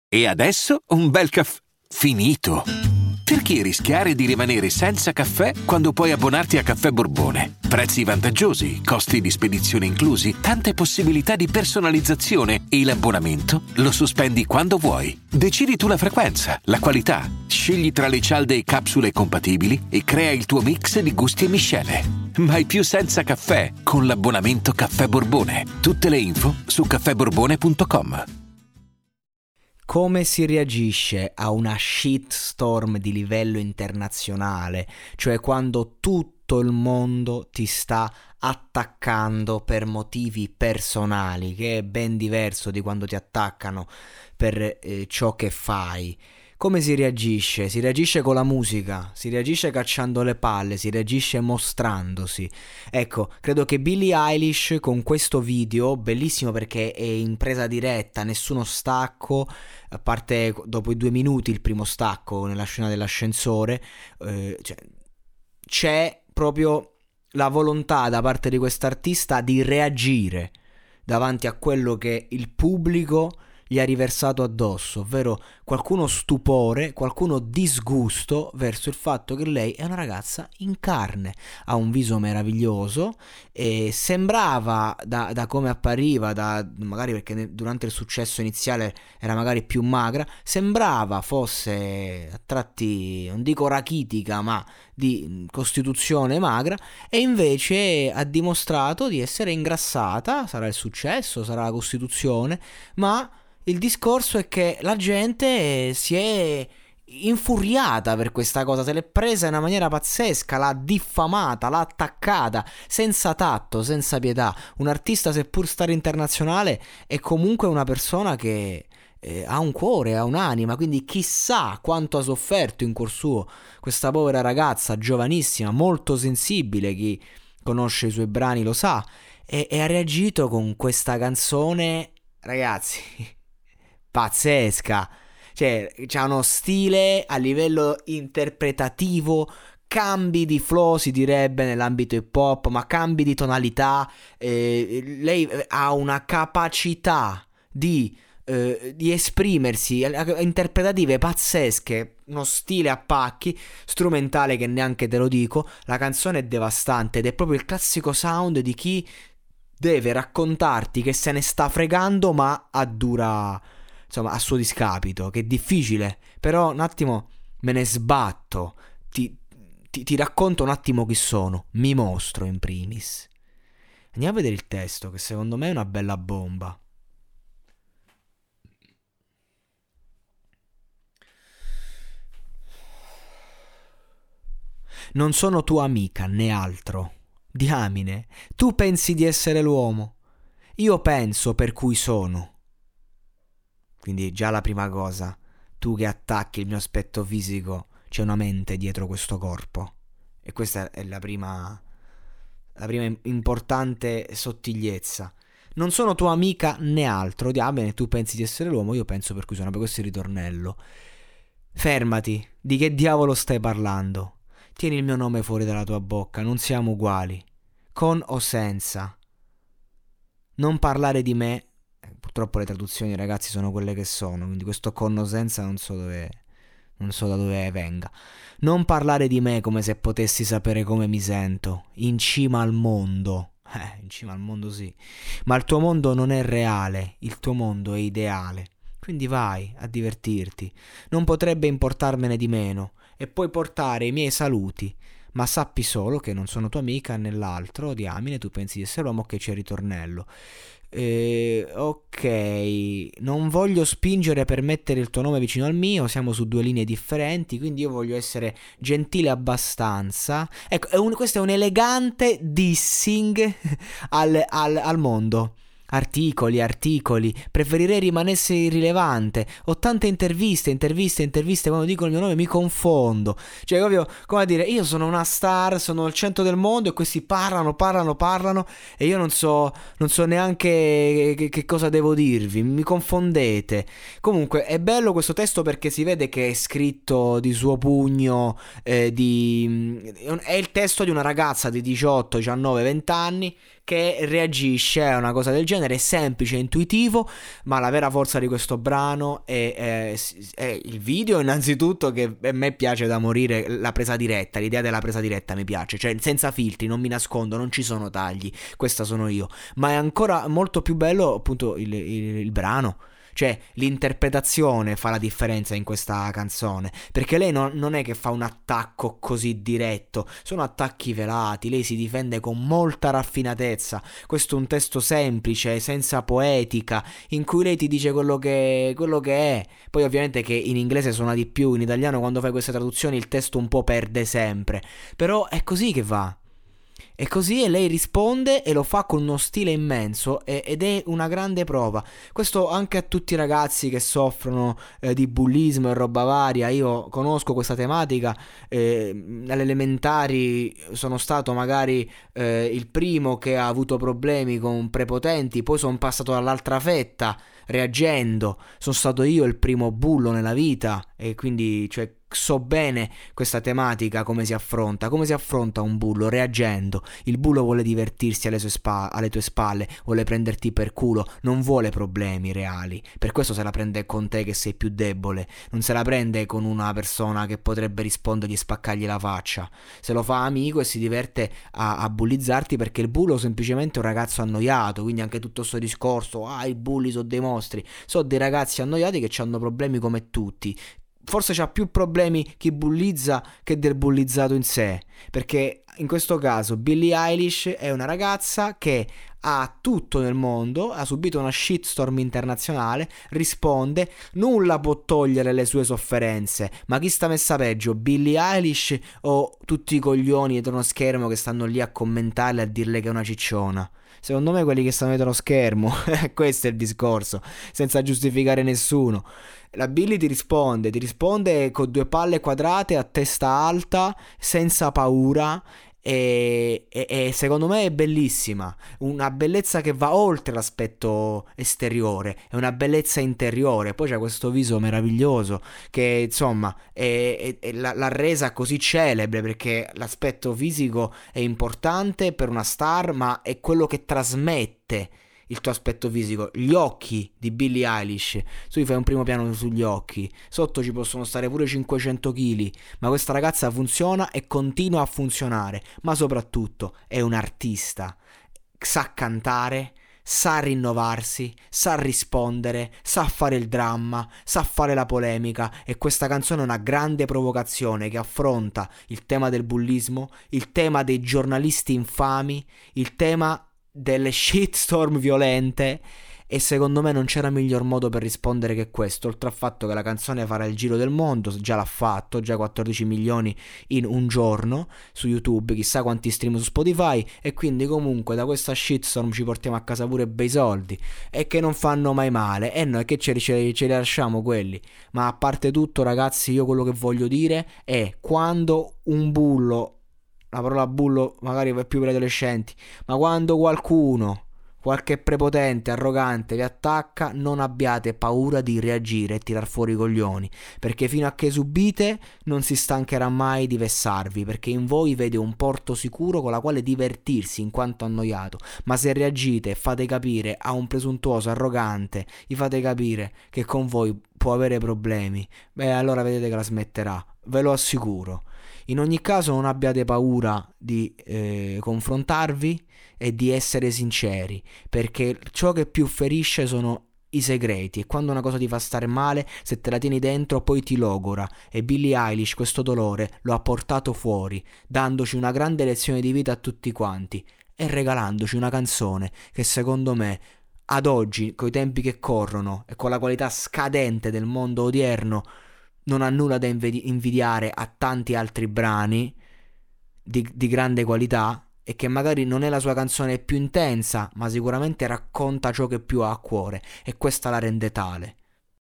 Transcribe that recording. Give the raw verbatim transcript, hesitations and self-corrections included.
E adesso un bel caffè finito. Perché rischiare di rimanere senza caffè quando puoi abbonarti a Caffè Borbone? Prezzi vantaggiosi, costi di spedizione inclusi, tante possibilità di personalizzazione e l'abbonamento lo sospendi quando vuoi. Decidi tu la frequenza, la qualità, scegli tra le cialde e capsule compatibili e crea il tuo mix di gusti e miscele. Mai più senza caffè con l'abbonamento Caffè Borbone. Tutte le info su caffè borbone punto com. Come si reagisce a una shitstorm di livello internazionale, cioè quando tutto il mondo ti sta attaccando per motivi personali, che è ben diverso di quando ti attaccano per eh, ciò che fai? Come si reagisce? Si reagisce con la musica, si reagisce cacciando le palle, si reagisce mostrandosi. Ecco, credo che Billie Eilish con questo video, bellissimo perché è in presa diretta, nessuno stacco, a parte dopo i due minuti il primo stacco nella scena dell'ascensore, eh, cioè, c'è proprio la volontà da parte di quest'artista di reagire davanti a quello che il pubblico gli ha riversato addosso, ovvero qualcuno stupore, qualcuno disgusto verso il fatto che lei è una ragazza in carne, ha un viso meraviglioso e sembrava, da, da come appariva, da, magari perché durante il successo iniziale era magari più magra, sembrava fosse a tratti, non dico rachitica, ma di costituzione magra, e invece ha dimostrato di essere ingrassata. Sarà il successo, sarà la costituzione, ma il discorso è che la gente si è infuriata per questa cosa, se l'è presa in una maniera pazzesca, l'ha diffamata, l'ha attaccata senza tatto, senza pietà. Un artista, seppur stare internazionale, è comunque una persona che eh, ha un cuore, ha un'anima, quindi chissà quanto ha sofferto in cuor suo questa povera ragazza giovanissima, molto sensibile, chi conosce i suoi brani lo sa, e, e ha reagito con questa canzone, ragazzi, pazzesca. Cioè, c'ha uno stile a livello interpretativo, cambi di flow si direbbe nell'ambito hip hop, ma cambi di tonalità. Eh, lei ha una capacità di, eh, di esprimersi, interpretative pazzesche, uno stile a pacchi, strumentale che neanche te lo dico. La canzone è devastante ed è proprio il classico sound di chi deve raccontarti che se ne sta fregando, ma a dura, insomma, a suo discapito, che è difficile, però un attimo me ne sbatto, ti, ti, ti racconto un attimo chi sono, mi mostro in primis. Andiamo a vedere il testo, che secondo me è una bella bomba. Non sono tua amica né altro. Diamine, tu pensi di essere l'uomo, io penso per cui sono. Quindi già la prima cosa, tu che attacchi il mio aspetto fisico, c'è una mente dietro questo corpo. E questa è la prima, la prima importante sottigliezza. Non sono tua amica né altro. Diamine, tu pensi di essere l'uomo, io penso per cui sono. Per questo è il ritornello. Fermati, di che diavolo stai parlando? Tieni il mio nome fuori dalla tua bocca, non siamo uguali, con o senza. Non parlare di me, eh, purtroppo le traduzioni, ragazzi, sono quelle che sono, quindi questo con o senza non so dove, non so da dove venga. Non parlare di me come se potessi sapere come mi sento, in cima al mondo. Eh, in cima al mondo sì, ma il tuo mondo non è reale, il tuo mondo è ideale. Quindi vai a divertirti, non potrebbe importarmene di meno, e puoi portare i miei saluti, ma sappi solo che non sono tua amica nell'altro, diamine, tu pensi di essere l'uomo, che c'è il ritornello. Eh, ok, non voglio spingere per mettere il tuo nome vicino al mio, siamo su due linee differenti, quindi io voglio essere gentile abbastanza. Ecco, è un, questo è un elegante dissing al, al, al mondo. Articoli, articoli, preferirei rimanesse irrilevante. Ho tante interviste, interviste, interviste, quando dicono il mio nome mi confondo. Cioè, proprio, come a dire, io sono una star, sono al centro del mondo e questi parlano, parlano, parlano e io non so, non so neanche che, che cosa devo dirvi, mi confondete. Comunque, è bello questo testo perché si vede che è scritto di suo pugno, eh, di... è il testo di una ragazza di diciotto, diciannove, venti anni che reagisce a una cosa del genere. È semplice, intuitivo, ma la vera forza di questo brano è, è, è il video innanzitutto, che a me piace da morire, la presa diretta, l'idea della presa diretta mi piace, cioè senza filtri, non mi nascondo, non ci sono tagli, questa sono io. Ma è ancora molto più bello appunto il, il, il brano. Cioè l'interpretazione fa la differenza in questa canzone, perché lei non, non è che fa un attacco così diretto, sono attacchi velati, lei si difende con molta raffinatezza. Questo è un testo semplice, senza poetica, in cui lei ti dice quello che, quello che è. Poi ovviamente che in inglese suona di più, in italiano quando fai queste traduzioni il testo un po' perde sempre, però è così che va. E così, e lei risponde e lo fa con uno stile immenso, e, ed è una grande prova. Questo anche a tutti i ragazzi che soffrono eh, di bullismo e roba varia. Io conosco questa tematica, eh, alle elementari sono stato magari eh, il primo che ha avuto problemi con prepotenti, poi sono passato dall'altra fetta reagendo, sono stato io il primo bullo nella vita, e quindi cioè so bene questa tematica, come si affronta, come si affronta un bullo reagendo. Il bullo vuole divertirsi alle, sue spa- alle tue spalle, vuole prenderti per culo, non vuole problemi reali, per questo se la prende con te che sei più debole, non se la prende con una persona che potrebbe rispondergli e spaccargli la faccia. Se lo fa amico e si diverte a, a bullizzarti, perché il bullo è semplicemente un ragazzo annoiato. Quindi anche tutto questo discorso, ah i bulli sono dei mostri, sono dei ragazzi annoiati che hanno problemi come tutti. Forse c'ha più problemi chi bullizza che del bullizzato in sé, perché in questo caso Billie Eilish è una ragazza che ha tutto nel mondo, ha subito una shitstorm internazionale, risponde, nulla può togliere le sue sofferenze. Ma chi sta messa peggio, Billie Eilish o tutti i coglioni dietro uno schermo che stanno lì a commentarle e a dirle che è una cicciona? Secondo me quelli che stanno dietro lo schermo, questo è il discorso, senza giustificare nessuno. La Billie ti risponde, ti risponde con due palle quadrate a testa alta, senza paura, e, e, e secondo me è bellissima, una bellezza che va oltre l'aspetto esteriore, è una bellezza interiore. Poi c'è questo viso meraviglioso che insomma è, è, è, l'ha resa così celebre, perché l'aspetto fisico è importante per una star, ma è quello che trasmette il tuo aspetto fisico. Gli occhi di Billie Eilish, tu gli fai un primo piano sugli occhi, sotto ci possono stare pure cinquecento chili, ma questa ragazza funziona e continua a funzionare. Ma soprattutto è un artista, sa cantare, sa rinnovarsi, sa rispondere, sa fare il dramma, sa fare la polemica, e questa canzone è una grande provocazione che affronta il tema del bullismo, il tema dei giornalisti infami, il tema delle shitstorm violente, e secondo me non c'era miglior modo per rispondere che questo, oltre al fatto che la canzone farà il giro del mondo, già l'ha fatto, già quattordici milioni in un giorno su YouTube, chissà quanti stream su Spotify, e quindi comunque da questa shitstorm ci portiamo a casa pure bei soldi, e che non fanno mai male, e noi che ce, ce, ce li lasciamo quelli. Ma a parte tutto ragazzi, io quello che voglio dire è, quando un bullo, la parola bullo magari è più per gli adolescenti, ma quando qualcuno, qualche prepotente, arrogante vi attacca, non abbiate paura di reagire e tirar fuori i coglioni, perché fino a che subite non si stancherà mai di vessarvi, perché in voi vede un porto sicuro con la quale divertirsi in quanto annoiato. Ma se reagite e fate capire a un presuntuoso arrogante, gli fate capire che con voi può avere problemi, beh allora vedete che la smetterà, ve lo assicuro. In ogni caso non abbiate paura di eh, confrontarvi e di essere sinceri, perché ciò che più ferisce sono i segreti, e quando una cosa ti fa stare male, se te la tieni dentro poi ti logora, e Billie Eilish questo dolore lo ha portato fuori, dandoci una grande lezione di vita a tutti quanti e regalandoci una canzone che secondo me ad oggi, coi tempi che corrono e con la qualità scadente del mondo odierno, non ha nulla da invidiare a tanti altri brani di, di grande qualità, e che magari non è la sua canzone più intensa, ma sicuramente racconta ciò che più ha a cuore, e questa la rende tale.